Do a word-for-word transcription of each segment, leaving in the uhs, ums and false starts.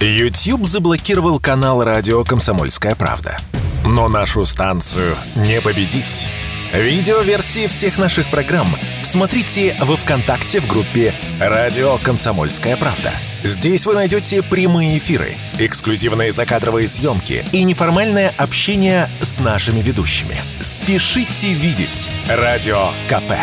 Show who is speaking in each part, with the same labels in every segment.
Speaker 1: YouTube заблокировал канал радио «Комсомольская правда». Но нашу станцию не победить. Видеоверсии всех наших программ смотрите во ВКонтакте в группе «Радио Комсомольская правда». Здесь вы найдете прямые эфиры, эксклюзивные закадровые съемки и неформальное общение с нашими ведущими. Спешите видеть Радио КП.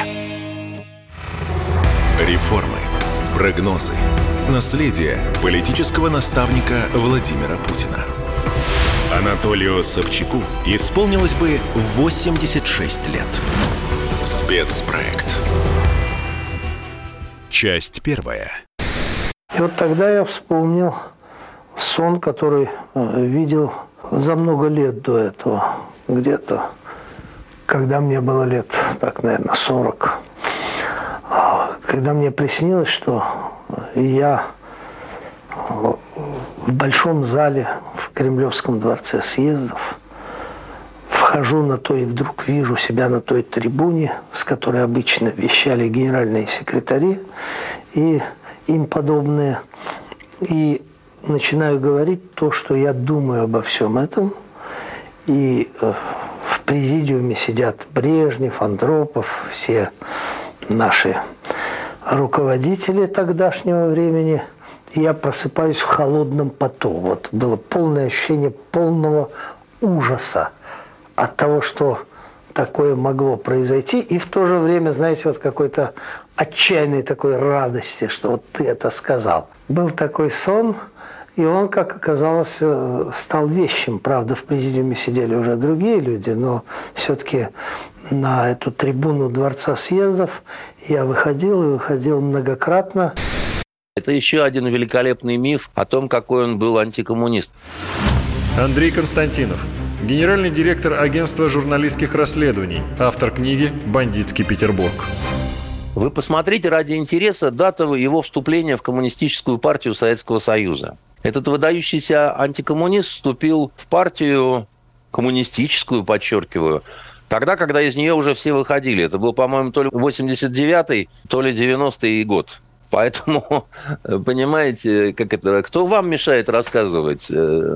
Speaker 1: Реформы, прогнозы, наследие политического наставника Владимира Путина. Анатолию Собчаку исполнилось бы восемьдесят шесть лет. Спецпроект. Часть первая.
Speaker 2: И вот тогда я вспомнил сон, который видел за много лет до этого. Где-то, когда мне было лет, так, наверное, сорок. Когда мне приснилось, что я в большом зале в Кремлевском дворце съездов вхожу на то и вдруг вижу себя на той трибуне, с которой обычно вещали генеральные секретари и им подобные. И начинаю говорить то, что я думаю обо всем этом. И в президиуме сидят Брежнев, Андропов, все наши руководители тогдашнего времени. И я просыпаюсь в холодном поту. Вот было полное ощущение полного ужаса от того, что такое могло произойти. И в то же время, знаете, вот какой-то отчаянной такой радости, что вот ты это сказал. Был такой сон, и он, как оказалось, стал вещим. Правда, в президиуме сидели уже другие люди, но все-таки на эту трибуну Дворца съездов я выходил и выходил многократно.
Speaker 3: Это еще один великолепный миф о том, какой он был антикоммунист.
Speaker 4: Андрей Константинов, генеральный директор агентства журналистских расследований, автор книги «Бандитский Петербург».
Speaker 3: Вы посмотрите ради интереса дату его вступления в Коммунистическую партию Советского Союза. Этот выдающийся антикоммунист вступил в партию коммунистическую, подчеркиваю, тогда, когда из нее уже все выходили. Это был, по-моему, то ли восемьдесят девятый, то ли девяностый год. Поэтому, понимаете, как это, кто вам мешает рассказывать?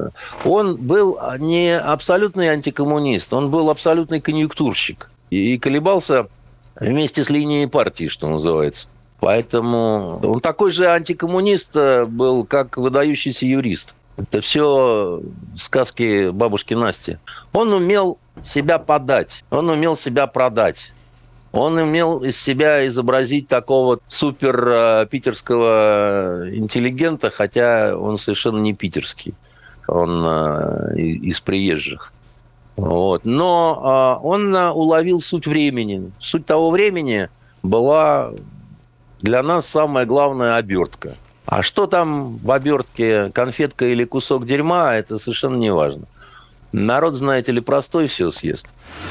Speaker 3: Он был не абсолютный антикоммунист, он был абсолютный конъюнктурщик. И колебался вместе с линией партии, что называется. Поэтому он такой же антикоммунист был, как выдающийся юрист. Это все сказки бабушки Насти. Он умел себя подать, он умел себя продать. Он умел из себя изобразить такого супер питерского интеллигента, хотя он совершенно не питерский. Он из приезжих. Вот. Но он уловил суть времени. Суть того времени была для нас самая главная обертка. А что там в обертке, конфетка или кусок дерьма, это совершенно не важно. Народ, знаете ли, простой все съест.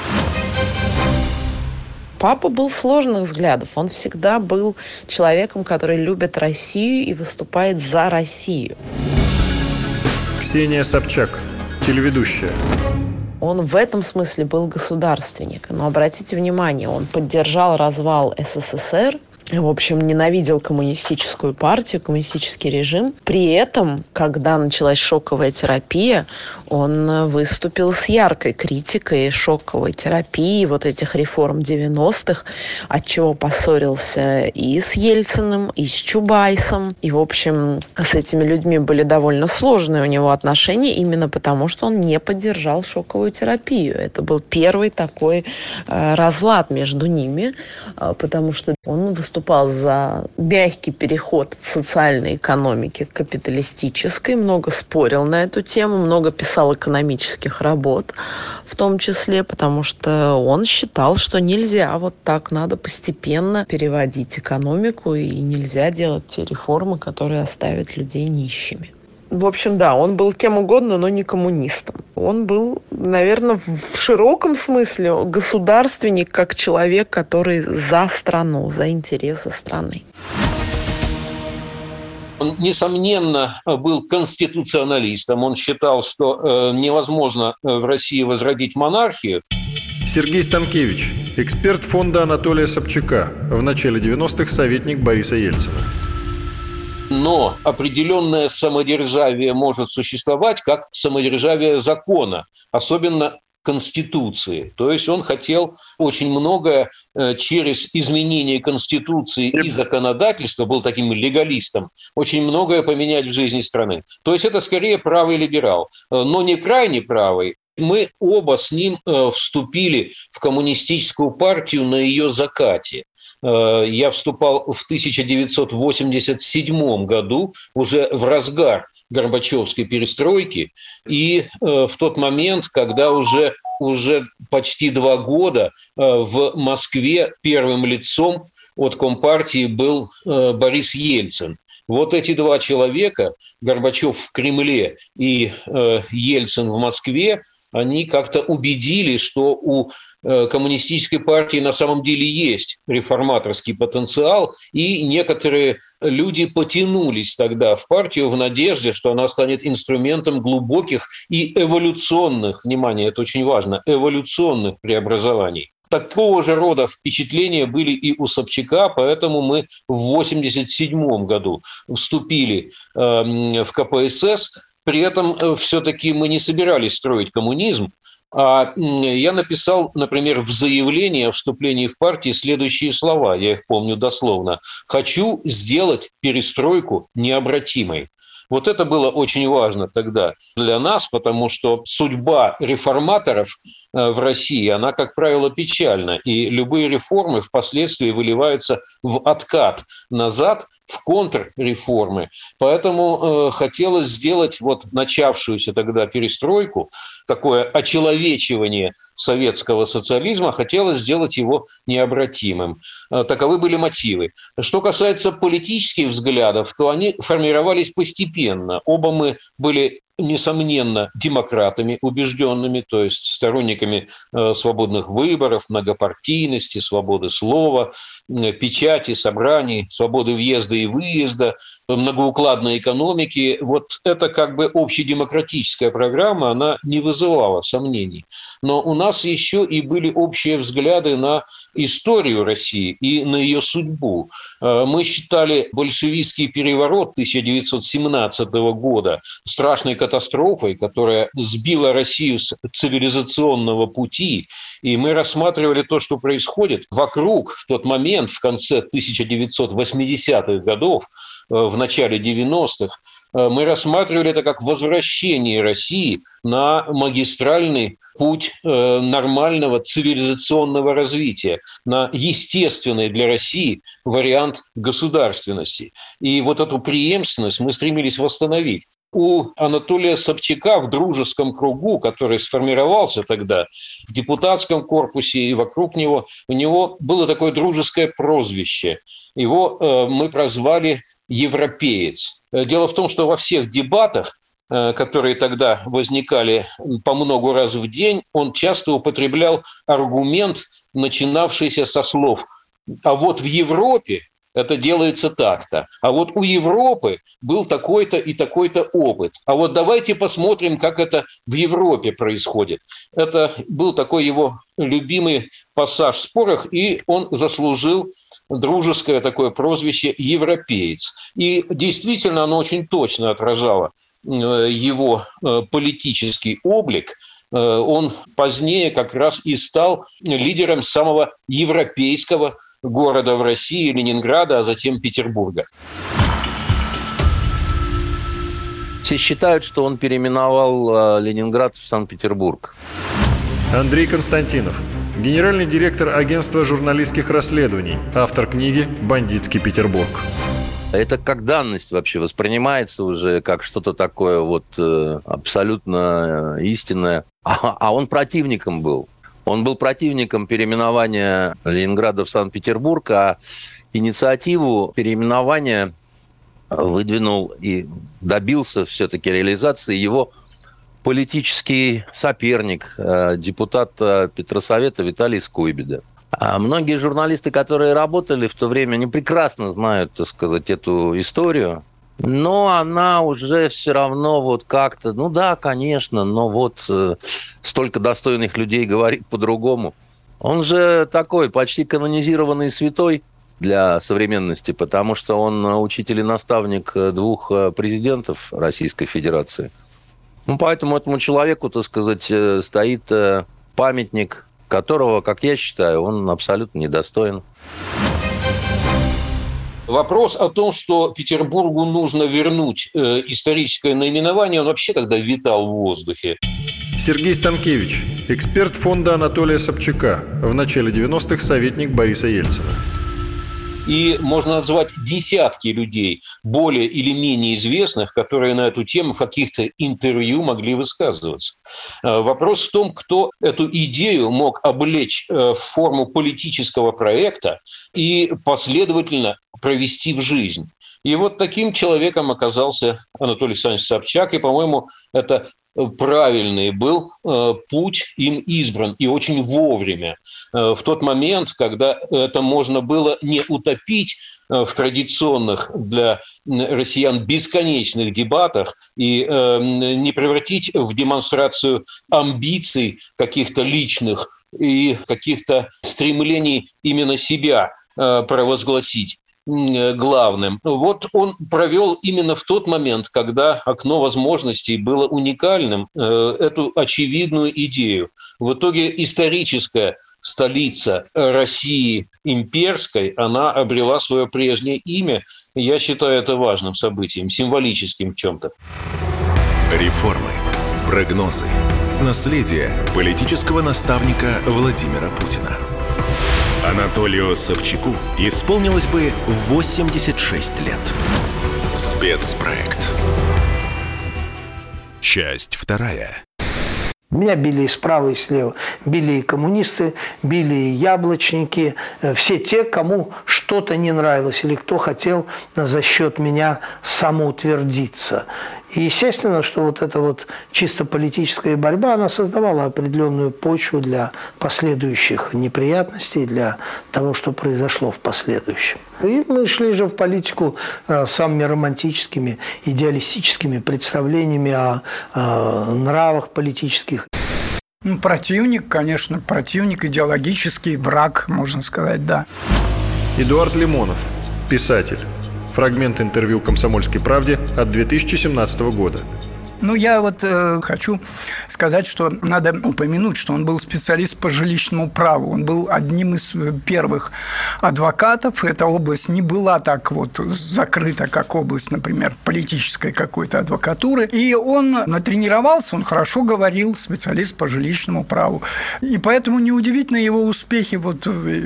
Speaker 5: Папа был сложных взглядов. Он всегда был человеком, который любит Россию и выступает за Россию.
Speaker 4: Ксения Собчак, телеведущая.
Speaker 5: Он в этом смысле был государственник. Но обратите внимание, он поддержал развал СССР, в общем, ненавидел коммунистическую партию, коммунистический режим. При этом, когда началась шоковая терапия, он выступил с яркой критикой шоковой терапии, вот этих реформ девяностых, отчего поссорился и с Ельциным, и с Чубайсом. И, в общем, с этими людьми были довольно сложные у него отношения, именно потому, что он не поддержал шоковую терапию. Это был первый такой э, разлад между ними, э, потому что он выступал за мягкий переход от социальной экономики к капиталистической, много спорил на эту тему, много писал экономических работ, в том числе, потому что он считал, что нельзя вот так, надо постепенно переводить экономику, и нельзя делать те реформы, которые оставят людей нищими. В общем, да, он был кем угодно, но не коммунистом. Он был, наверное, в широком смысле государственник, как человек, который за страну, за интересы страны.
Speaker 6: Он, несомненно, был конституционалистом. Он считал, что э, невозможно в России возродить монархию.
Speaker 4: Сергей Станкевич, эксперт фонда Анатолия Собчака, в начале девяностых советник Бориса Ельцина.
Speaker 6: Но определенное самодержавие может существовать как самодержавие закона, особенно Конституции. То есть он хотел очень многое через изменение Конституции и законодательства, был таким легалистом, очень многое поменять в жизни страны. То есть это скорее правый либерал, но не крайне правый. Мы оба с ним вступили в коммунистическую партию на ее закате. Я вступал в тысяча девятьсот восемьдесят седьмом году, уже в разгар Горбачевской перестройки, и в тот момент, когда уже, уже почти два года в Москве первым лицом от Компартии был Борис Ельцин. Вот эти два человека, Горбачев в Кремле и Ельцин в Москве, они как-то убедили, что у коммунистической партии на самом деле есть реформаторский потенциал, и некоторые люди потянулись тогда в партию в надежде, что она станет инструментом глубоких и эволюционных, внимание, это очень важно, эволюционных преобразований. Такого же рода впечатления были и у Собчака, поэтому мы в восемьдесят седьмом году вступили в ка пэ эс эс. При этом все-таки мы не собирались строить коммунизм, а я написал, например, в заявлении о вступлении в партию следующие слова, я их помню дословно. «Хочу сделать перестройку необратимой». Вот это было очень важно тогда для нас, потому что судьба реформаторов в России, она, как правило, печальна. И любые реформы впоследствии выливаются в откат назад, в контрреформы. Поэтому э, хотелось сделать вот начавшуюся тогда перестройку, такое очеловечивание советского социализма, хотелось сделать его необратимым. Э, таковы были мотивы. Что касается политических взглядов, то они формировались постепенно. Оба мы были, несомненно, демократами убежденными, то есть сторонниками э, свободных выборов, многопартийности, свободы слова, э, печати, собраний, свободы въезда и выезда, многоукладной экономики. Вот это как бы общедемократическая программа, она не вызывала сомнений. Но у нас еще и были общие взгляды на историю России и на ее судьбу. Мы считали большевистский переворот тысяча девятьсот семнадцатого года страшной катастрофой, которая сбила Россию с цивилизационного пути. И мы рассматривали то, что происходит вокруг в тот момент, в конце тысяча девятьсот восьмидесятых годов, в начале девяностых, мы рассматривали это как возвращение России на магистральный путь нормального цивилизационного развития, на естественный для России вариант государственности. И вот эту преемственность мы стремились восстановить. У Анатолия Собчака в дружеском кругу, который сформировался тогда в депутатском корпусе и вокруг него, у него было такое дружеское прозвище. Его э, мы прозвали «Европеец». Дело в том, что во всех дебатах, э, которые тогда возникали по много раз в день, он часто употреблял аргумент, начинавшийся со слов «а вот в Европе это делается так-то. А вот у Европы был такой-то и такой-то опыт. А вот давайте посмотрим, как это в Европе происходит». Это был такой его любимый пассаж в спорах, и он заслужил дружеское такое прозвище «Европеец». И действительно оно очень точно отражало его политический облик. Он позднее как раз и стал лидером самого европейского города в России, Ленинграда, а затем Петербурга.
Speaker 3: Все считают, что он переименовал Ленинград в Санкт-Петербург.
Speaker 4: Андрей Константинов, генеральный директор агентства журналистских расследований, автор книги «Бандитский Петербург».
Speaker 3: Это как данность вообще воспринимается уже как что-то такое вот абсолютно истинное. А, а он противником был. Он был противником переименования Ленинграда в Санкт-Петербург, а инициативу переименования выдвинул и добился все-таки реализации его политический соперник, депутат Петросовета Виталий Скуйбеда. А многие журналисты, которые работали в то время, не прекрасно знают, так сказать, эту историю. Но она уже все равно вот как-то, ну да, конечно, но вот э, столько достойных людей говорит по-другому. Он же такой почти канонизированный святой, для современности, потому что он учитель и наставник двух президентов Российской Федерации. Ну, поэтому этому человеку, так сказать, стоит памятник, которого, как я считаю, он абсолютно недостоин.
Speaker 6: Вопрос о том, что Петербургу нужно вернуть э, историческое наименование, он вообще тогда витал в воздухе.
Speaker 4: Сергей Станкевич, эксперт фонда Анатолия Собчака, в начале девяностых советник Бориса Ельцина.
Speaker 6: И можно назвать десятки людей, более или менее известных, которые на эту тему в каких-то интервью могли высказываться. Вопрос в том, кто эту идею мог облечь в форму политического проекта и последовательно провести в жизнь. И вот таким человеком оказался Анатолий Александрович Собчак, и, по-моему, это правильный был э, путь им избран, и очень вовремя, э, в тот момент, когда это можно было не утопить э, в традиционных для россиян бесконечных дебатах и э, не превратить в демонстрацию амбиций каких-то личных и каких-то стремлений именно себя э, провозгласить главным. Вот он провел именно в тот момент, когда окно возможностей было уникальным, эту очевидную идею. В итоге историческая столица России имперской, она обрела свое прежнее имя. Я считаю это важным событием, символическим в чем-то.
Speaker 1: Реформы, прогнозы, наследие политического наставника Владимира Путина. Анатолию Собчаку исполнилось бы восемьдесят шесть лет. Спецпроект. Часть вторая.
Speaker 2: Меня били и справа, и слева. Били и коммунисты, били и яблочники. Все те, кому что-то не нравилось или кто хотел за счет меня самоутвердиться. И естественно, что вот эта вот чисто политическая борьба, она создавала определенную почву для последующих неприятностей, для того, что произошло в последующем. И мы шли же в политику э, самыми романтическими, идеалистическими представлениями о э, нравах политических.
Speaker 7: Ну, противник, конечно, противник, идеологический враг, можно сказать, да.
Speaker 4: Эдуард Лимонов, писатель. Фрагмент интервью «Комсомольской правде» от две тысячи семнадцатого года.
Speaker 7: Ну, я вот э, хочу сказать, что надо упомянуть, что он был специалист по жилищному праву. Он был одним из первых адвокатов. Эта область не была так вот закрыта, как область, например, политической какой-то адвокатуры. И он натренировался, он хорошо говорил, специалист по жилищному праву. И поэтому неудивительно его успехи вот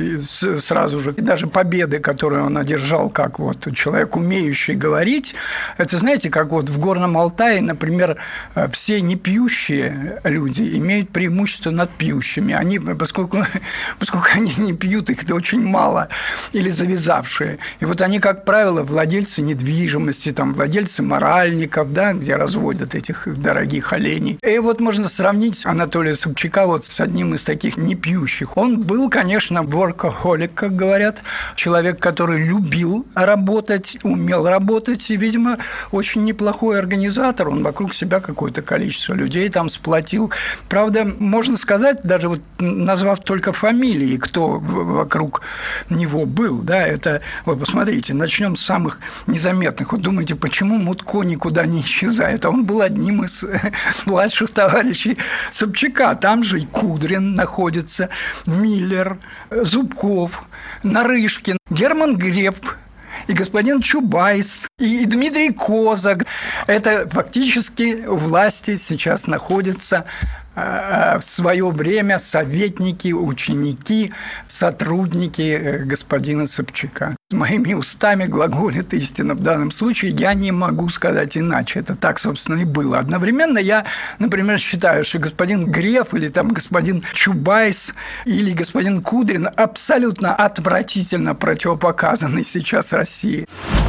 Speaker 7: сразу же, и даже победы, которые он одержал, как вот человек, умеющий говорить. Это, знаете, как вот в Горном Алтае, например, все непьющие люди имеют преимущество над пьющими. Они, поскольку, поскольку они не пьют, их очень мало, или завязавшие. И вот они, как правило, владельцы недвижимости, там, владельцы моральников, да, где разводят этих дорогих оленей. И вот можно сравнить Анатолия Собчака вот с одним из таких непьющих. Он был, конечно, workaholic, как говорят, человек, который любил работать, умел работать, и, видимо, очень неплохой организатор. Он вокруг себя какое-то количество людей там сплотил. Правда, можно сказать, даже вот назвав только фамилии, кто вокруг него был, да, это, вы посмотрите, начнем с самых незаметных. Вот думаете, почему Мутко никуда не исчезает? А он был одним из младших товарищей Собчака. Там же и Кудрин находится, Миллер, Зубков, Нарышкин, Герман Греф, и господин Чубайс, и Дмитрий Козак. Это фактически у власти сейчас находятся в свое время советники, ученики, сотрудники господина Собчака. Моими устами глаголит истина в данном случае. Я не могу сказать иначе. Это так, собственно, и было. Одновременно я, например, считаю, что господин Греф или там господин Чубайс или господин Кудрин абсолютно отвратительно противопоказаны сейчас России.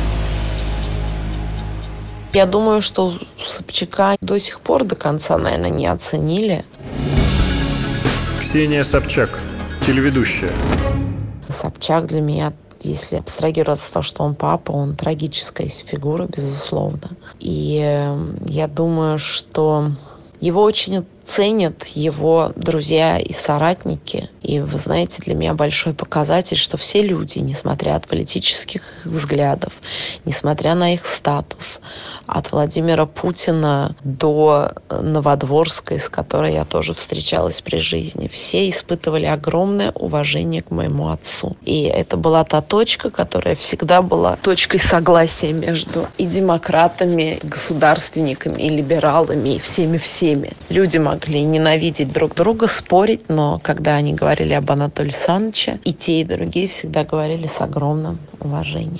Speaker 5: Я думаю, что Собчака до сих пор до конца, наверное, не оценили.
Speaker 4: Ксения Собчак, телеведущая.
Speaker 5: Собчак для меня, если абстрагироваться от того, что он папа, он трагическая фигура, безусловно. И я думаю, что его очень ценят его друзья и соратники. И, вы знаете, для меня большой показатель, что все люди, несмотря от политических взглядов, несмотря на их статус, от Владимира Путина до Новодворской, с которой я тоже встречалась при жизни, все испытывали огромное уважение к моему отцу. И это была та точка, которая всегда была точкой согласия между и демократами, и государственниками, и либералами, и всеми-всеми. Люди могли ненавидеть друг друга, спорить, но когда они говорили об Анатолии Александровиче, и те, и другие всегда говорили с огромным уважением.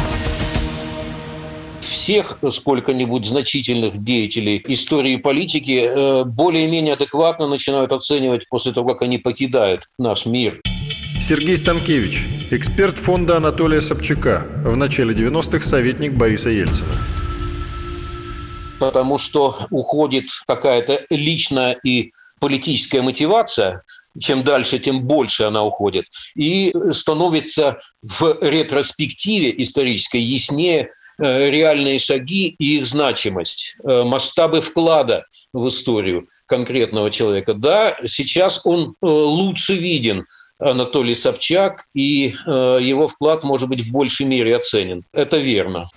Speaker 6: Всех сколько-нибудь значительных деятелей истории и политики более-менее адекватно начинают оценивать после того, как они покидают наш мир.
Speaker 4: Сергей Станкевич, эксперт фонда Анатолия Собчака, в начале девяностых советник Бориса Ельцина.
Speaker 6: Потому что уходит какая-то личная и политическая мотивация, чем дальше, тем больше она уходит, и становится в ретроспективе исторической яснее реальные шаги и их значимость, масштабы вклада в историю конкретного человека. Да, сейчас он лучше виден, Анатолий Собчак, и его вклад может быть в большей мере оценен. Это верно.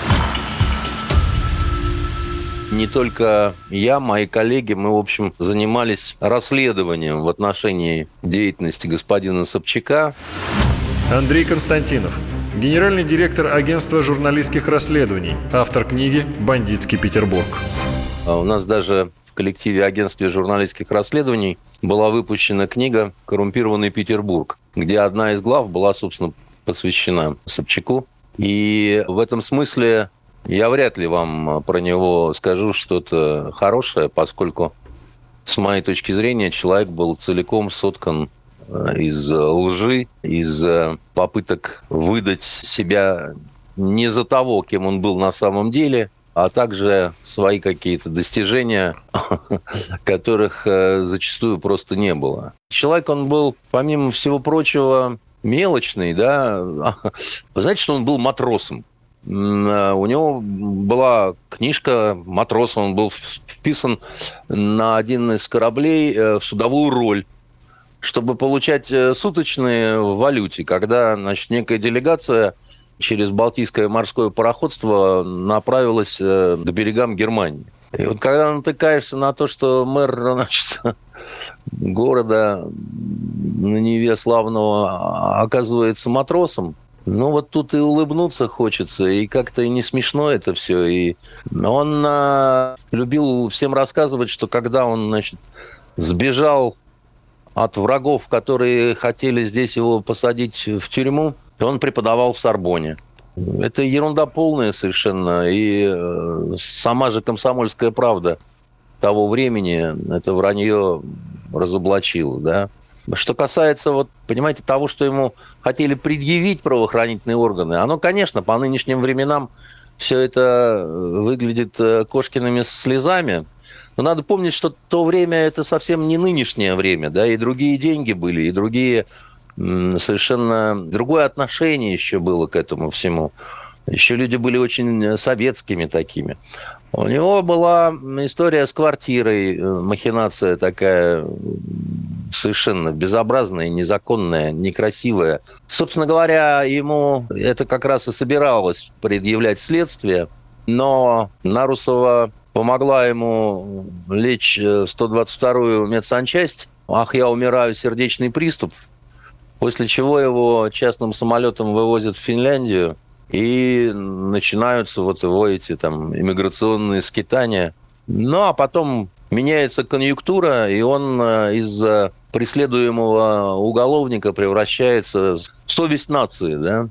Speaker 3: Не только я, мои коллеги, мы, в общем, занимались расследованием в отношении деятельности господина Собчака.
Speaker 4: Андрей Константинов, генеральный директор агентства журналистских расследований, автор книги «Бандитский Петербург».
Speaker 3: У нас даже в коллективе агентства журналистских расследований была выпущена книга «Коррумпированный Петербург», где одна из глав была, собственно, посвящена Собчаку. И в этом смысле я вряд ли вам про него скажу что-то хорошее, поскольку, с моей точки зрения, человек был целиком соткан из лжи, из попыток выдать себя не за того, кем он был на самом деле, а также свои какие-то достижения, которых зачастую просто не было. Человек, он был, помимо всего прочего, мелочный, да. Вы знаете, что он был матросом? У него была книжка матроса, он был вписан на один из кораблей в судовую роль, чтобы получать суточные в валюте, когда, значит, некая делегация через Балтийское морское пароходство направилась к берегам Германии. И вот когда натыкаешься на то, что мэр, значит, города на Неве славного оказывается матросом, ну, вот тут и улыбнуться хочется, и как-то и не смешно это все. И он а, любил всем рассказывать, что когда он, значит, сбежал от врагов, которые хотели здесь его посадить в тюрьму, он преподавал в Сорбонне. Это ерунда полная совершенно. И э, сама же «Комсомольская правда» того времени это вранье разоблачила, да. Что касается, вот, понимаете, того, что ему хотели предъявить правоохранительные органы, оно, конечно, по нынешним временам все это выглядит кошкиными слезами. Но надо помнить, что то время это совсем не нынешнее время, да, и другие деньги были, и другие, совершенно другое отношение еще было к этому всему. Еще люди были очень советскими такими. У него была история с квартирой, махинация такая совершенно безобразная, незаконная, некрасивая. Собственно говоря, ему это как раз и собиралось предъявлять следствие, но Нарусова помогла ему лечь в сто двадцать вторую медсанчасть. Ах, я умираю, сердечный приступ. После чего его частным самолетом вывозят в Финляндию, и начинаются вот его эти там иммиграционные скитания. Ну, а потом меняется конъюнктура, и он из преследуемого уголовника превращается в совесть нации, да.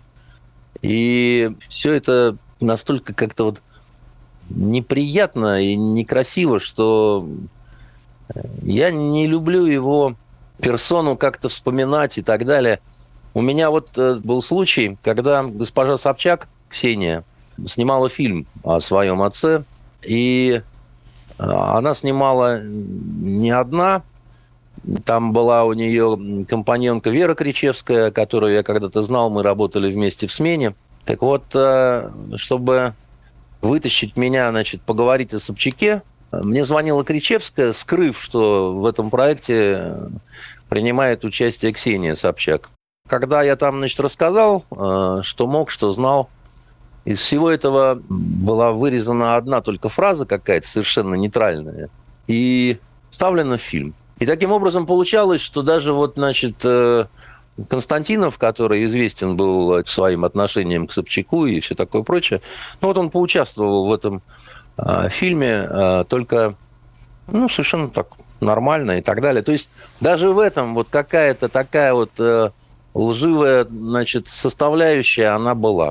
Speaker 3: И все это настолько как-то вот неприятно и некрасиво, что я не люблю его персону как-то вспоминать и так далее. У меня вот был случай, когда госпожа Собчак, Ксения, снимала фильм о своем отце, и она снимала не одна. Там была у нее компаньонка Вера Кричевская, которую я когда-то знал, мы работали вместе в смене. Так вот, чтобы вытащить меня, значит, поговорить о Собчаке, Мне звонила Кричевская, скрыв, что в этом проекте принимает участие Ксения Собчак. Когда я там, значит, рассказал, что мог, что знал, из всего этого была вырезана одна только фраза какая-то, совершенно нейтральная, и вставлена в фильм. И таким образом получалось, что даже вот, значит, Константинов, который известен был своим отношением к Собчаку и все такое прочее, ну вот он поучаствовал в этом э, фильме, э, только ну, совершенно так нормально и так далее. То есть даже в этом вот какая-то такая вот э, лживая, значит, составляющая, она была.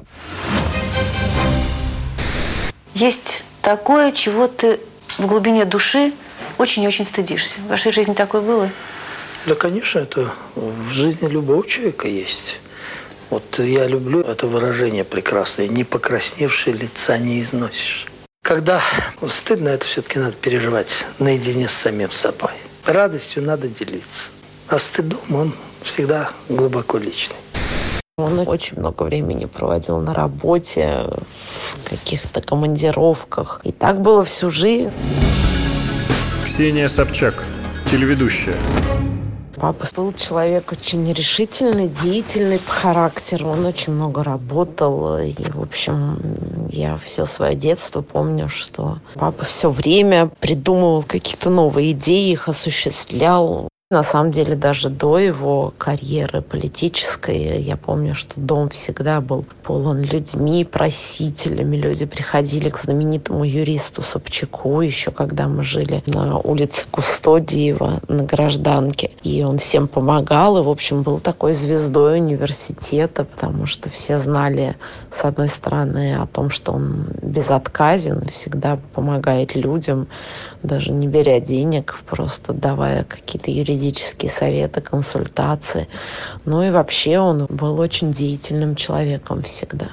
Speaker 8: Есть такое, чего ты в глубине души очень-очень стыдишься. В вашей жизни такое было?
Speaker 2: Да, конечно, это в жизни любого человека есть. Вот я люблю это выражение прекрасное: «Не покрасневшее лица не износишь». Когда стыдно, это все-таки надо переживать наедине с самим собой. Радостью надо делиться, а стыдом он всегда глубоко личный.
Speaker 5: Он очень много времени проводил на работе, в каких-то командировках. И так было всю жизнь.
Speaker 4: Ксения Собчак, телеведущая.
Speaker 5: Папа был человек очень решительный, деятельный по характеру. Он очень много работал. И, в общем, я все свое детство помню, что папа все время придумывал какие-то новые идеи, их осуществлял. На самом деле, даже до его карьеры политической, я помню, что дом всегда был полон людьми, просителями. Люди приходили к знаменитому юристу Собчаку, еще когда мы жили на улице Кустодиева, на Гражданке. И он всем помогал, и, в общем, был такой звездой университета, потому что все знали, с одной стороны, о том, что он безотказен и всегда помогает людям, даже не беря денег, просто давая какие-то юридические советы, консультации. Ну и вообще он был очень деятельным человеком всегда.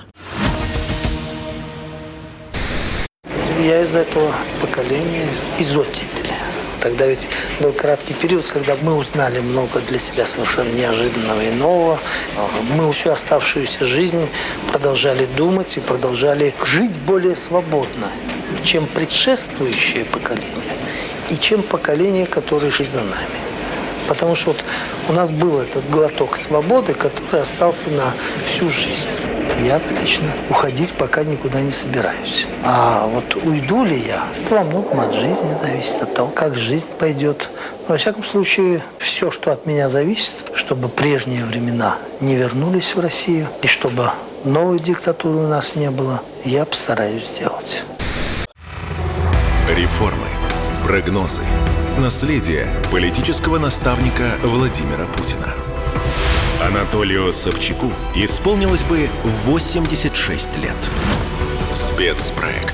Speaker 2: Я из этого поколения, из оттепели. Тогда ведь был краткий период, когда мы узнали много для себя совершенно неожиданного и нового. Мы всю оставшуюся жизнь продолжали думать и продолжали жить более свободно, чем предшествующее поколение и чем поколение, которое шли за нами. Потому что вот у нас был этот глоток свободы, который остался на всю жизнь. Я-то лично уходить пока никуда не собираюсь. А вот уйду ли я, это во многом от жизни зависит, от того, как жизнь пойдет. Но, во всяком случае, все, что от меня зависит, чтобы прежние времена не вернулись в Россию, и чтобы новой диктатуры у нас не было, я постараюсь сделать.
Speaker 1: Реформы, прогнозы, наследие политического наставника Владимира Путина. Анатолию Собчаку исполнилось бы восемьдесят шесть лет. Спецпроект.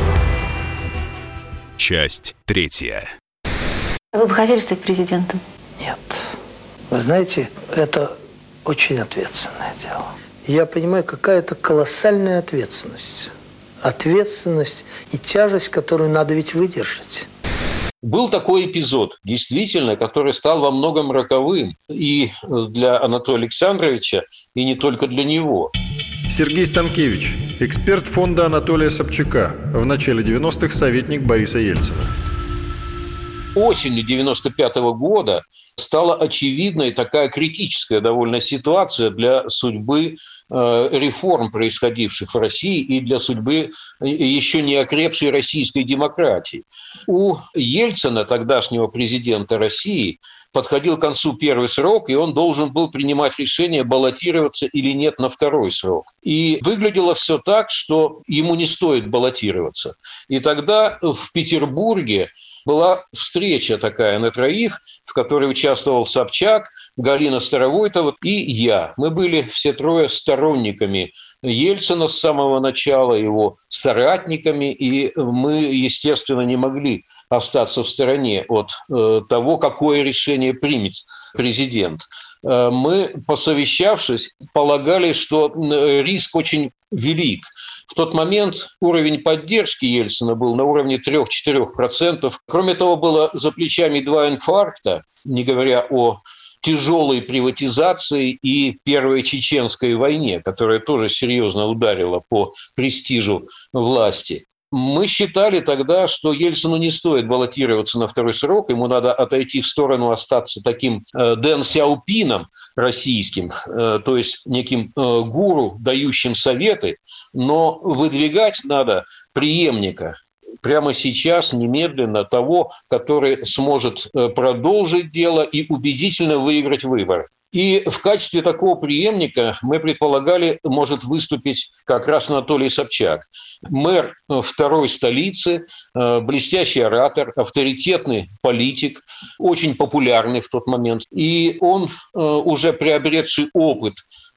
Speaker 1: Часть третья.
Speaker 8: Вы бы хотели стать президентом?
Speaker 2: Нет. Вы знаете, это очень ответственное дело. Я понимаю, какая-то колоссальная ответственность. Ответственность и тяжесть, которую надо ведь выдержать.
Speaker 6: Был такой эпизод, действительно, который стал во многом роковым и для Анатолия Александровича, и не только для него.
Speaker 4: Сергей Станкевич, эксперт фонда Анатолия Собчака, в начале девяностых советник Бориса Ельцина.
Speaker 6: Осенью девяносто пятого года стала очевидной такая критическая довольно ситуация для судьбы э, реформ, происходивших в России, и для судьбы еще не окрепшей российской демократии. У Ельцина, тогдашнего президента России, подходил к концу первый срок, и он должен был принимать решение, баллотироваться или нет на второй срок. И выглядело все так, что ему не стоит баллотироваться. И тогда в Петербурге была встреча такая на троих, в которой участвовал Собчак, Галина Старовойтова и я. Мы были все трое сторонниками Ельцина с самого начала, его соратниками, и мы, естественно, не могли остаться в стороне от э, того, какое решение примет президент. Э, мы, посовещавшись, полагали, что риск очень велик. В тот момент уровень поддержки Ельцина был на уровне три-четыре процента. Кроме того, было за плечами два инфаркта, не говоря о тяжелой приватизации и Первой Чеченской войне, которая тоже серьезно ударила по престижу власти. Мы считали тогда, что Ельцину не стоит баллотироваться на второй срок, ему надо отойти в сторону, остаться таким э, Дэн Сяопином российским, э, то есть неким э, гуру, дающим советы, но выдвигать надо преемника прямо сейчас, немедленно, того, который сможет продолжить дело и убедительно выиграть выборы. И в качестве такого преемника мы предполагали, может выступить как раз Анатолий Собчак. Мэр второй столицы, блестящий оратор, авторитетный политик, очень популярный в тот момент. И он, уже приобретший опыт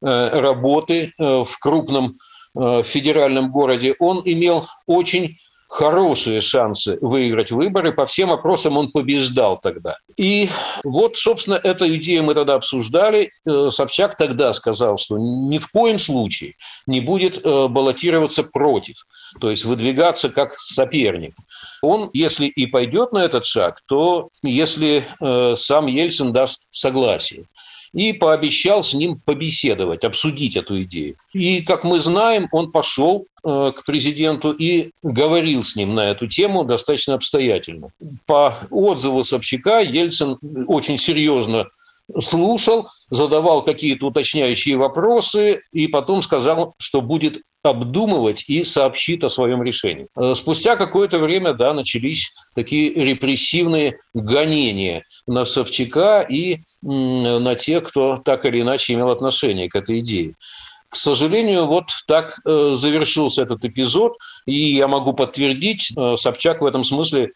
Speaker 6: работы в крупном федеральном городе, он имел очень хорошие шансы выиграть выборы. По всем опросам он побеждал тогда. И вот, собственно, эту идею мы тогда обсуждали. Собчак тогда сказал, что ни в коем случае не будет баллотироваться против, то есть выдвигаться как соперник. Он, если и пойдет на этот шаг, то если сам Ельцин даст согласие. И пообещал с ним побеседовать, обсудить эту идею. И, как мы знаем, он пошел э, к президенту и говорил с ним на эту тему достаточно обстоятельно. По отзыву Собчака Ельцин очень серьезно слушал, задавал какие-то уточняющие вопросы и потом сказал, что будет обдумывать и сообщит о своем решении. Спустя какое-то время, да, начались такие репрессивные гонения на Собчака и на тех, кто так или иначе имел отношение к этой идее. К сожалению, вот так завершился этот эпизод, и я могу подтвердить, Собчак в этом смысле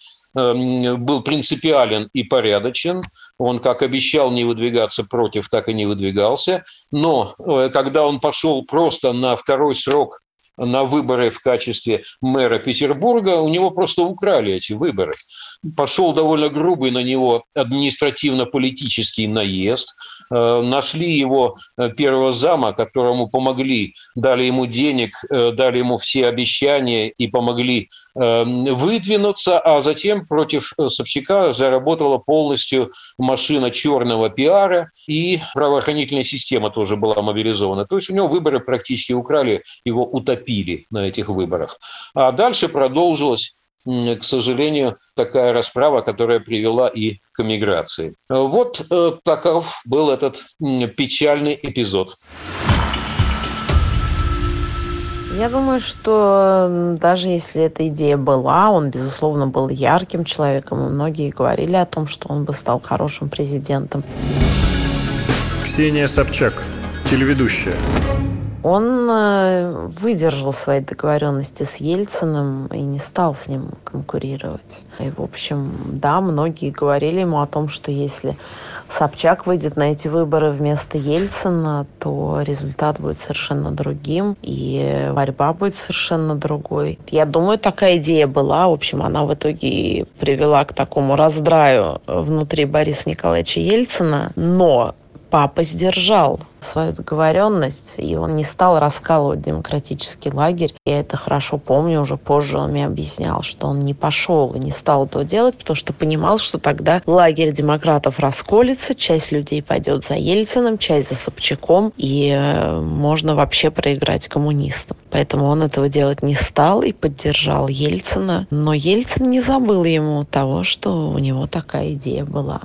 Speaker 6: был принципиален и порядочен. Он, как обещал не выдвигаться против, так и не выдвигался. Но когда он пошел просто на второй срок на выборы в качестве мэра Петербурга, у него просто украли эти выборы. Пошел довольно грубый на него административно-политический наезд. Нашли его первого зама, которому помогли, дали ему денег, дали ему все обещания и помогли выдвинуться, а затем против Собчака заработала полностью машина черного пиара, и правоохранительная система тоже была мобилизована. То есть у него выборы практически украли, его утопили на этих выборах. А дальше продолжилось, к сожалению, такая расправа, которая привела и к эмиграции. Вот таков был этот печальный эпизод.
Speaker 5: Я думаю, что даже если эта идея была, он, безусловно, был ярким человеком, и многие говорили о том, что он бы стал хорошим президентом.
Speaker 4: Ксения Собчак, телеведущая.
Speaker 5: Он выдержал свои договоренности с Ельциным и не стал с ним конкурировать. И, в общем, да, многие говорили ему о том, что если Собчак выйдет на эти выборы вместо Ельцина, то результат будет совершенно другим, и борьба будет совершенно другой. Я думаю, такая идея была. В общем, она в итоге и привела к такому раздраю внутри Бориса Николаевича Ельцина. Но папа сдержал свою договоренность, и он не стал раскалывать демократический лагерь. Я это хорошо помню, уже позже он мне объяснял, что он не пошел и не стал этого делать, потому что понимал, что тогда лагерь демократов расколется, часть людей пойдет за Ельциным, часть за Собчаком, и можно вообще проиграть коммунистам. Поэтому он этого делать не стал и поддержал Ельцина. Но Ельцин не забыл ему того, что у него такая идея была.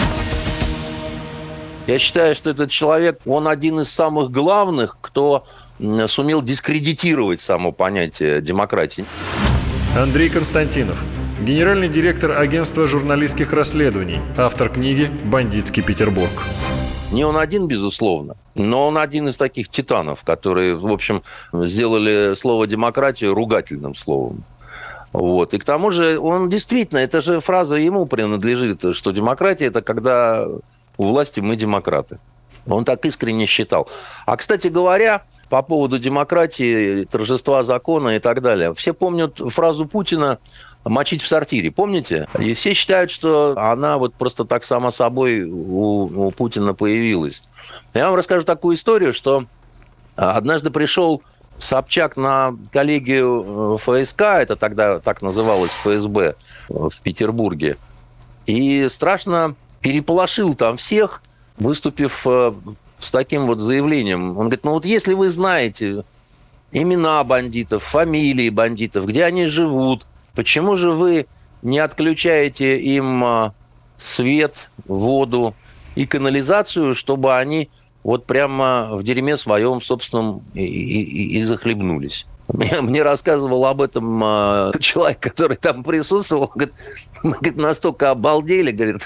Speaker 3: Я считаю, что этот человек, он один из самых главных, кто сумел дискредитировать само понятие демократии.
Speaker 4: Андрей Константинов, генеральный директор агентства журналистских расследований, автор книги «Бандитский Петербург».
Speaker 3: Не он один, безусловно, но он один из таких титанов, которые, в общем, сделали слово «демократию» ругательным словом. Вот. И к тому же он действительно, эта же фраза ему принадлежит, что демократия – это когда у власти мы демократы. Он так искренне считал. А, кстати говоря, по поводу демократии, торжества закона и так далее, все помнят фразу Путина «мочить в сортире». Помните? И все считают, что она вот просто так само собой у, у Путина появилась. Я вам расскажу такую историю, что однажды пришел Собчак на коллегию эф эс ка, это тогда так называлось эф эс бэ в Петербурге, и страшно переполошил там всех, выступив с таким вот заявлением. Он говорит, ну вот если вы знаете, имена бандитов, фамилии бандитов, где они живут. Почему же вы не отключаете им свет, воду и канализацию, чтобы они вот прямо в дерьме своем собственном и, и, и захлебнулись? Мне, мне рассказывал об этом э, человек, который там присутствовал. Говорит, мы говорит, настолько обалдели. Говорит,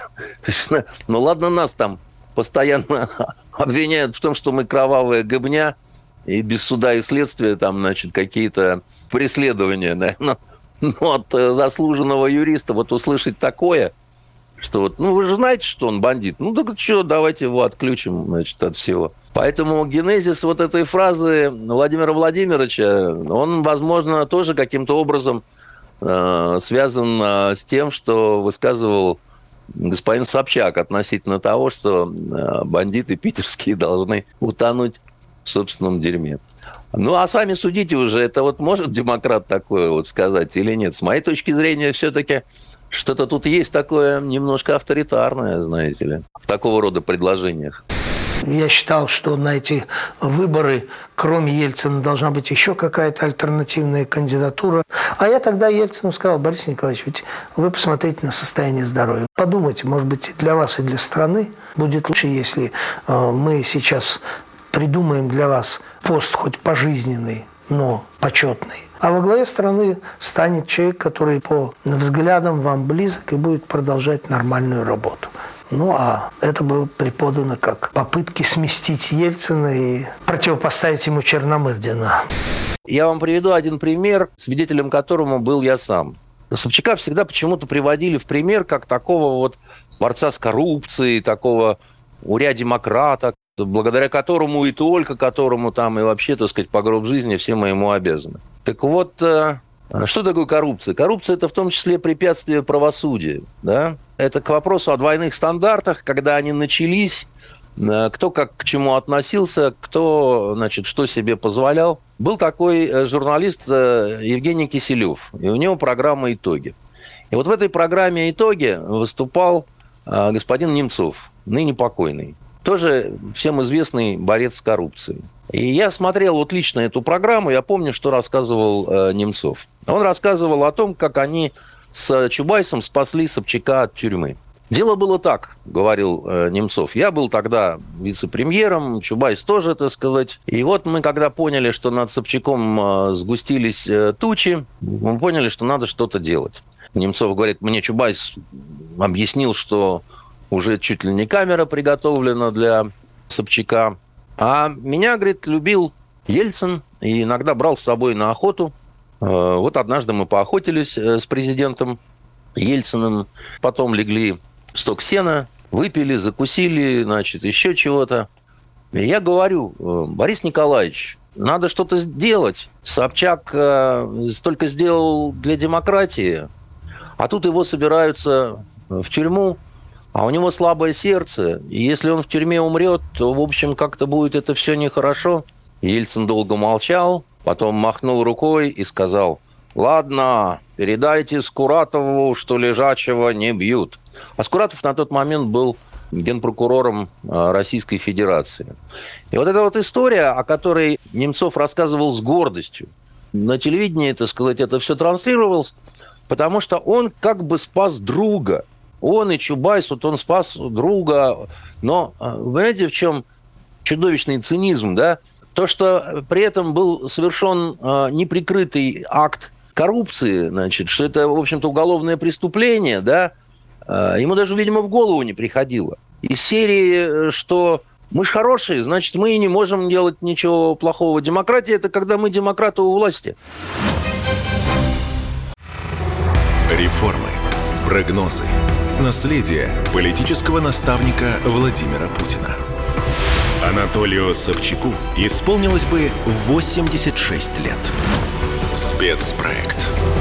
Speaker 3: ну ладно, нас там постоянно обвиняют в том, что мы кровавая гыбня, и без суда и следствия там, значит, какие-то преследования. Да? Но, но от заслуженного юриста вот услышать такое, что вот, ну вы же знаете, что он бандит. Ну так что, давайте его отключим, значит, от всего. Поэтому генезис вот этой фразы Владимира Владимировича, он, возможно, тоже каким-то образом э, связан э, с тем, что высказывал господин Собчак относительно того, что э, бандиты питерские должны утонуть в собственном дерьме. Ну, а сами судите уже, это вот может демократ такое вот сказать или нет? С моей точки зрения, все-таки что-то тут есть такое немножко авторитарное, знаете ли, в такого рода предложениях.
Speaker 2: Я считал, что на эти выборы, кроме Ельцина, должна быть еще какая-то альтернативная кандидатура. А я тогда Ельцину сказал: Борис Николаевич, ведь вы посмотрите на состояние здоровья. Подумайте, может быть, и для вас, и для страны будет лучше, если мы сейчас придумаем для вас пост хоть пожизненный, но почетный. А во главе страны станет человек, который по взглядам вам близок и будет продолжать нормальную работу. Ну, а это было преподано как попытки сместить Ельцина и противопоставить ему Черномырдина.
Speaker 3: Я вам приведу один пример, свидетелем которому был я сам. Собчака всегда почему-то приводили в пример как такого вот борца с коррупцией, такого уря-демократа, благодаря которому и только которому там и вообще, так сказать, по гроб жизни все мы ему обязаны. Так вот, что такое коррупция? Коррупция – это в том числе препятствие правосудию, да? Это к вопросу о двойных стандартах, когда они начались, кто как к чему относился, кто, значит, что себе позволял. Был такой журналист Евгений Киселев, и у него программа «Итоги». И вот в этой программе «Итоги» выступал господин Немцов, ныне покойный, тоже всем известный борец с коррупцией. И я смотрел вот лично эту программу, я помню, что рассказывал Немцов. Он рассказывал о том, как они с Чубайсом спасли Собчака от тюрьмы. Дело было так, говорил э, Немцов. Я был тогда вице-премьером, Чубайс тоже, так сказать. И вот мы, когда поняли, что над Собчаком э, сгустились э, тучи, мы поняли, что надо что-то делать. Немцов говорит, мне Чубайс объяснил, что уже чуть ли не камера приготовлена для Собчака. А меня, говорит, любил Ельцин и иногда брал с собой на охоту. Вот однажды мы поохотились с президентом Ельциным, потом легли в сток сена, выпили, закусили, значит, еще чего-то. И я говорю, Борис Николаевич, надо что-то сделать. Собчак столько сделал для демократии, а тут его собираются в тюрьму, а у него слабое сердце. И если он в тюрьме умрет, то, в общем, как-то будет это все нехорошо. Ельцин долго молчал, потом махнул рукой и сказал, ладно, передайте Скуратову, что лежачего не бьют. А Скуратов на тот момент был генпрокурором Российской Федерации. И вот эта вот история, о которой Немцов рассказывал с гордостью, на телевидении, так сказать, это все транслировалось, потому что он как бы спас друга. Он и Чубайс, вот он спас друга. Но, понимаете, в чем чудовищный цинизм, да? То, что при этом был совершен э, неприкрытый акт коррупции, значит, что это, в общем-то, уголовное преступление, да, э, ему даже, видимо, в голову не приходило. Из серии, что мы ж хорошие, значит, мы и не можем делать ничего плохого. Демократия – это когда мы демократы у власти.
Speaker 1: Реформы, прогнозы, наследие политического наставника Владимира Путина. Анатолию Собчаку исполнилось бы восемьдесят шесть лет. Спецпроект.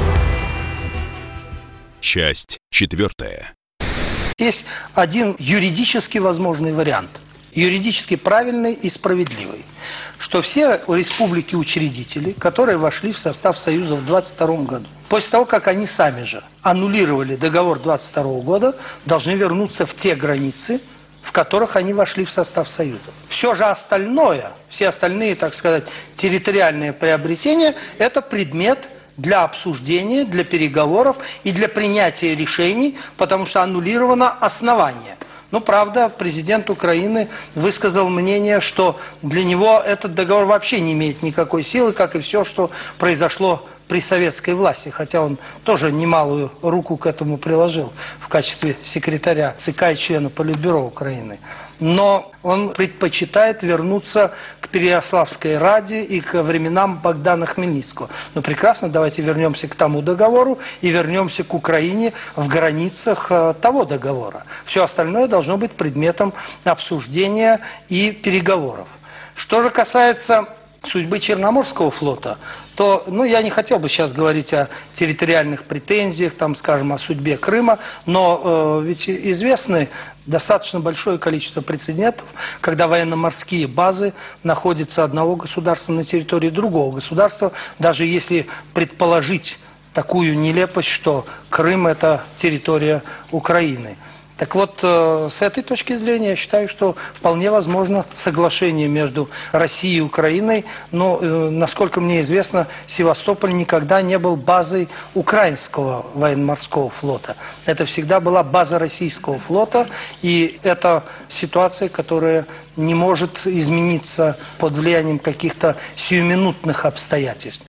Speaker 9: Часть четвертая.
Speaker 2: Есть один юридически возможный вариант. Юридически правильный и справедливый. Что все республики-учредители, которые вошли в состав Союза в двадцать втором году, после того, как они сами же аннулировали договор двадцать второго года, должны вернуться в те границы, в которых они вошли в состав Союза. Все же остальное, все остальные, так сказать, территориальные приобретения – это предмет для обсуждения, для переговоров и для принятия решений, потому что аннулировано основание. Ну, правда, президент Украины высказал мнение, что для него этот договор вообще не имеет никакой силы, как и все, что произошло при советской власти, хотя он тоже немалую руку к этому приложил в качестве секретаря ЦК и члена Политбюро Украины. Но он предпочитает вернуться к Переяславской Раде и к временам Богдана Хмельницкого. Ну, прекрасно, давайте вернемся к тому договору и вернемся к Украине в границах того договора. Все остальное должно быть предметом обсуждения и переговоров. Что же касается судьбы Черноморского флота, то, ну, я не хотел бы сейчас говорить о территориальных претензиях, там, скажем, о судьбе Крыма, но э, ведь известны достаточно большое количество прецедентов, когда военно-морские базы находятся одного государства на территории другого государства, даже если предположить такую нелепость, что Крым – это территория Украины. Так вот, с этой точки зрения я считаю, что вполне возможно соглашение между Россией и Украиной, но, насколько мне известно, Севастополь никогда не был базой украинского военно-морского флота. Это всегда была база российского флота, и это ситуация, которая не может измениться под влиянием каких-то сиюминутных обстоятельств.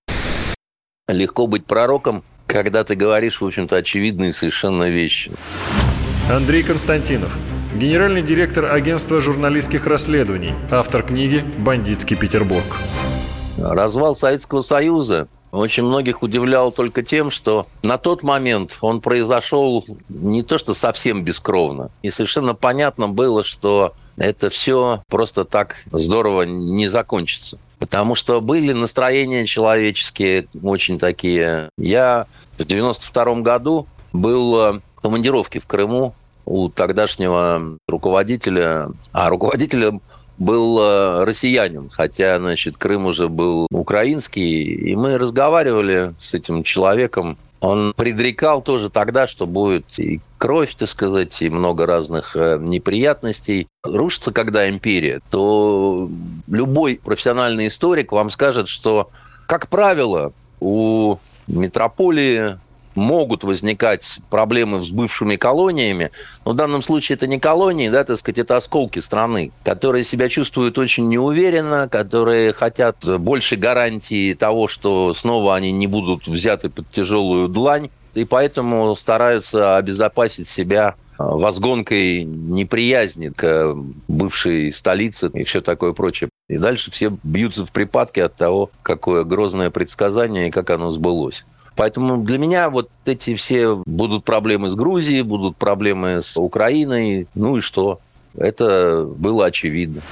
Speaker 3: Легко быть пророком, когда ты говоришь, в общем-то, очевидные совершенно вещи.
Speaker 4: Андрей Константинов, генеральный директор агентства журналистских расследований, автор книги «Бандитский Петербург».
Speaker 3: Развал Советского Союза очень многих удивлял только тем, что на тот момент он произошел не то что совсем бескровно, и совершенно понятно было, что это все просто так здорово не закончится. Потому что были настроения человеческие очень такие. Я в девяносто втором году был в командировке в Крыму у тогдашнего руководителя, а руководителем был россиянин, хотя, значит, Крым уже был украинский, и мы разговаривали с этим человеком. Он предрекал тоже тогда, что будет и кровь, так сказать, и много разных неприятностей. Рушится когда империя, то любой профессиональный историк вам скажет, что, как правило, у метрополии могут возникать проблемы с бывшими колониями, но в данном случае это не колонии, да, так сказать, это осколки страны, которые себя чувствуют очень неуверенно, которые хотят больше гарантии того, что снова они не будут взяты под тяжелую длань, и поэтому стараются обезопасить себя возгонкой неприязни к бывшей столице и все такое прочее. И дальше все бьются в припадки от того, какое грозное предсказание и как оно сбылось. Поэтому для меня вот эти все будут проблемы с Грузией, будут проблемы с Украиной. Ну и что? Это было очевидно.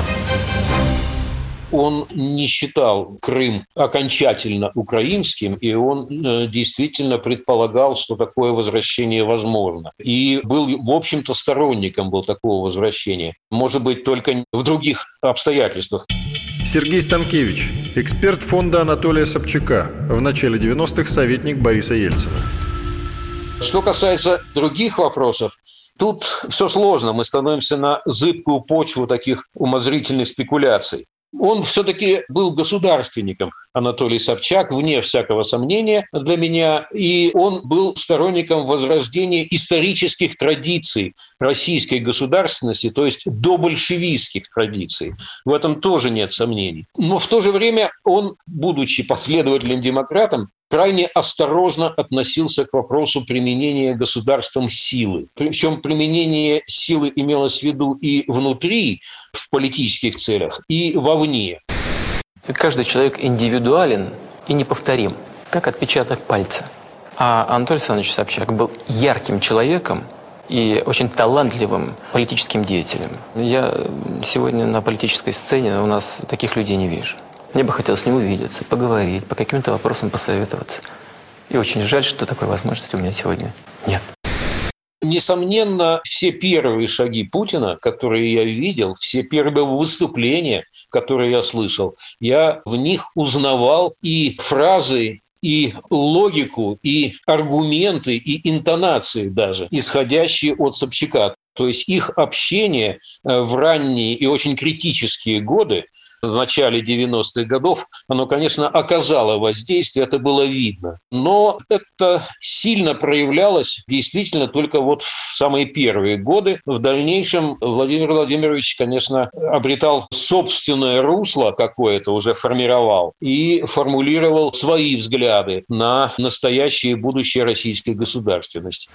Speaker 6: Он не считал Крым окончательно украинским, и он действительно предполагал, что такое возвращение возможно. И был, в общем-то, сторонником был такого возвращения. Может быть, только в других обстоятельствах.
Speaker 4: Сергей Станкевич, эксперт фонда Анатолия Собчака, в начале девяностых советник Бориса Ельцина.
Speaker 6: Что касается других вопросов, тут все сложно. Мы становимся на зыбкую почву таких умозрительных спекуляций. Он все-таки был государственником, Анатолий Собчак, вне всякого сомнения для меня. И он был сторонником возрождения исторических традиций российской государственности, то есть добольшевистских традиций. В этом тоже нет сомнений. Но в то же время он, будучи последовательным демократом, крайне осторожно относился к вопросу применения государством силы. Причем применение силы имелось в виду и внутри, в политических целях, и вовне.
Speaker 10: Каждый человек индивидуален и неповторим, как отпечаток пальца. А Анатолий Александрович Собчак был ярким человеком и очень талантливым политическим деятелем. Я сегодня на политической сцене у нас таких людей не вижу. Мне бы хотелось с ним увидеться, поговорить, по каким-то вопросам посоветоваться. И очень жаль, что такой возможности у меня сегодня нет.
Speaker 6: Несомненно, все первые шаги Путина, которые я видел, все первые выступления, которые я слышал, я в них узнавал и фразы, и логику, и аргументы, и интонации даже, исходящие от Собчака. То есть их общение в ранние и очень критические годы, в начале девяностых годов, оно, конечно, оказало воздействие, это было видно. Но это сильно проявлялось действительно только вот в самые первые годы. В дальнейшем Владимир Владимирович, конечно, обретал собственное русло какое-то, уже формировал, и формулировал свои взгляды на настоящее и будущее российской государственности.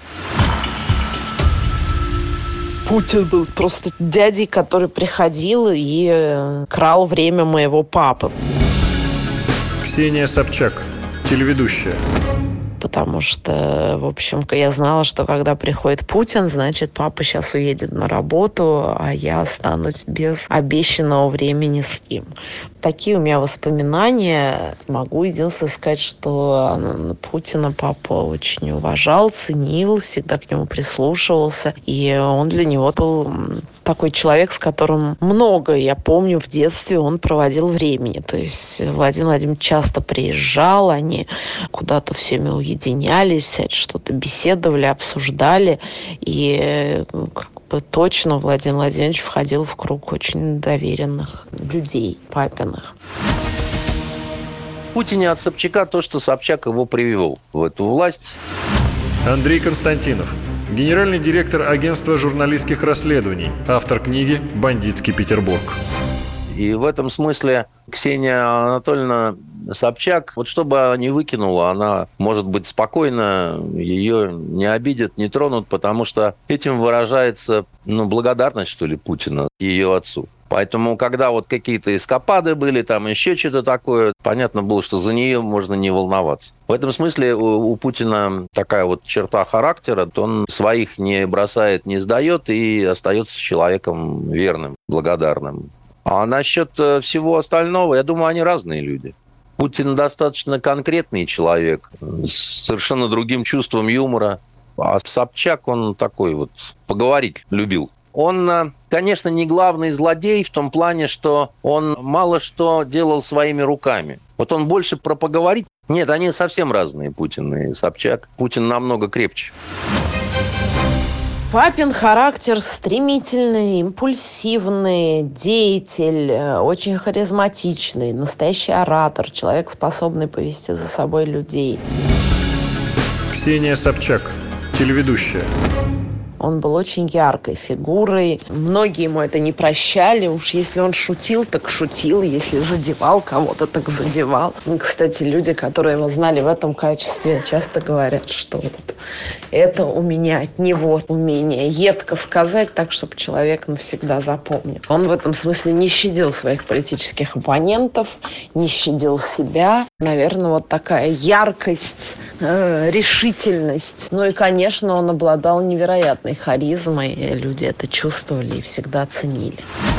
Speaker 5: Путин был просто дядей, который приходил и крал время моего папы.
Speaker 4: Ксения Собчак, телеведущая.
Speaker 5: Потому что, в общем, я знала, что когда приходит Путин, значит, папа сейчас уедет на работу, а я останусь без обещанного времени с ним. Такие у меня воспоминания. Могу единственное сказать, что Путина папа очень уважал, ценил, всегда к нему прислушивался. И он для него был такой человек, с которым много, я помню, в детстве он проводил времени. То есть Владимир Владимирович часто приезжал, они куда-то всеми уединялись, что-то беседовали, обсуждали. И как бы точно Владимир Владимирович входил в круг очень доверенных людей, папиных.
Speaker 3: В Путине от Собчака то, что Собчак его привел в эту власть.
Speaker 4: Андрей Константинов, генеральный директор агентства журналистских расследований, автор книги «Бандитский Петербург».
Speaker 3: И в этом смысле Ксения Анатольевна Собчак, вот что бы она ни выкинула, она может быть спокойна, ее не обидят, не тронут, потому что этим выражается, ну, благодарность, что ли, Путина ее отцу. Поэтому, когда вот какие-то эскапады были, там еще что-то такое, понятно было, что за нее можно не волноваться. В этом смысле у, у Путина такая вот черта характера, то он своих не бросает, не сдает и остается человеком верным, благодарным. А насчет всего остального, я думаю, они разные люди. Путин достаточно конкретный человек, с совершенно другим чувством юмора. А Собчак, он такой вот, поговорить любил. Он, конечно, не главный злодей в том плане, что он мало что делал своими руками. Вот он больше про поговорить. Нет, они совсем разные, Путин и Собчак. Путин намного крепче.
Speaker 5: Папин характер стремительный, импульсивный, деятель, очень харизматичный, настоящий оратор, человек, способный повести за собой людей.
Speaker 4: Ксения Собчак, телеведущая.
Speaker 5: Он был очень яркой фигурой. Многие ему это не прощали. Уж если он шутил, так шутил. Если задевал кого-то, так задевал. И, кстати, люди, которые его знали в этом качестве, часто говорят, что вот это у меня от него умение едко сказать так, чтобы человек навсегда запомнил. Он в этом смысле не щадил своих политических оппонентов, не щадил себя. Наверное, вот такая яркость, э, решительность. Ну и, конечно, он обладал невероятной харизмой, люди это чувствовали и всегда ценили.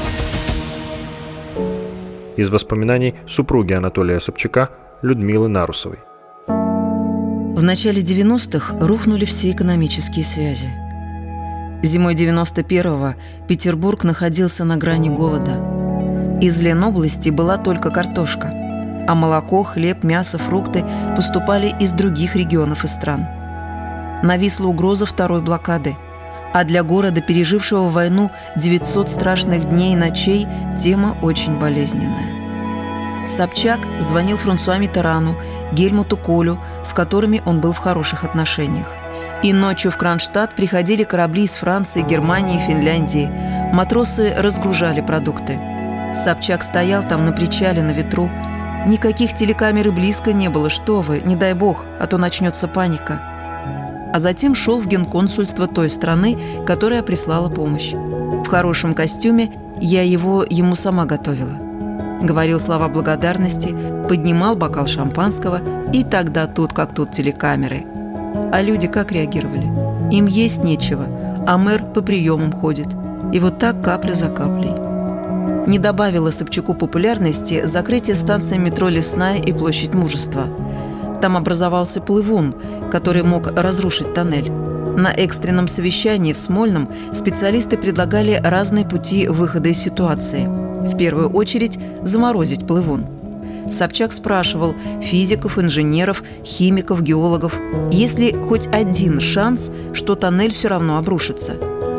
Speaker 4: Из воспоминаний супруги Анатолия Собчака Людмилы Нарусовой.
Speaker 11: В начале девяностых рухнули все экономические связи. Зимой девяносто первого Петербург находился на грани голода. Из Ленобласти была только картошка, а молоко, хлеб, мясо, фрукты поступали из других регионов и стран. Нависла угроза второй блокады. А для города, пережившего войну девятьсот страшных дней и ночей, тема очень болезненная. Собчак звонил Франсуа Миттерану, Гельмуту Колю, с которыми он был в хороших отношениях. И ночью в Кронштадт приходили корабли из Франции, Германии, Финляндии. Матросы разгружали продукты. Собчак стоял там на причале, на ветру. Никаких телекамер и близко не было, что вы, не дай бог, а то начнется паника. А затем шел в генконсульство той страны, которая прислала помощь. В хорошем костюме я его ему сама готовила. Говорил слова благодарности, поднимал бокал шампанского, и тогда тут как тут телекамеры. А люди как реагировали? Им есть нечего, а мэр по приемам ходит. И вот так капля за каплей. Не добавило Собчаку популярности закрытие станции метро «Лесная» и площадь Мужества. Там образовался плывун, который мог разрушить тоннель. На экстренном совещании в Смольном специалисты предлагали разные пути выхода из ситуации. В первую очередь заморозить плывун. Собчак спрашивал физиков, инженеров, химиков, геологов, есть ли хоть один шанс, что тоннель все равно обрушится.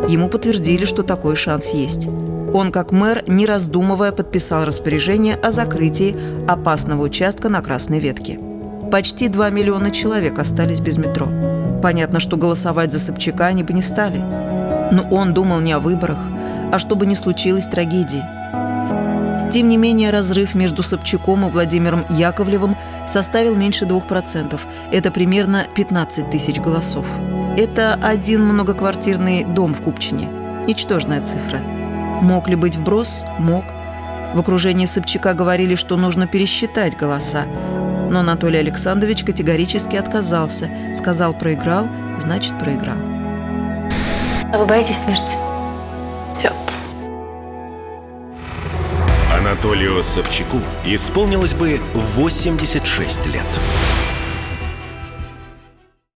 Speaker 11: Ему подтвердили, что такой шанс есть. Он, как мэр, не раздумывая, подписал распоряжение о закрытии опасного участка на Красной Ветке. Почти два миллиона человек остались без метро. Понятно, что голосовать за Собчака они бы не стали. Но он думал не о выборах, а чтобы не случилось трагедии. Тем не менее, разрыв между Собчаком и Владимиром Яковлевым составил меньше двух процентов. Это примерно пятнадцать тысяч голосов. Это один многоквартирный дом в Купчине. Ничтожная цифра. Мог ли быть вброс? Мог. В окружении Собчака говорили, что нужно пересчитать голоса. Но Анатолий Александрович категорически отказался. Сказал, проиграл, значит, проиграл.
Speaker 8: А вы боитесь смерти?
Speaker 2: Нет.
Speaker 1: Анатолию Собчаку исполнилось бы восемьдесят шесть лет.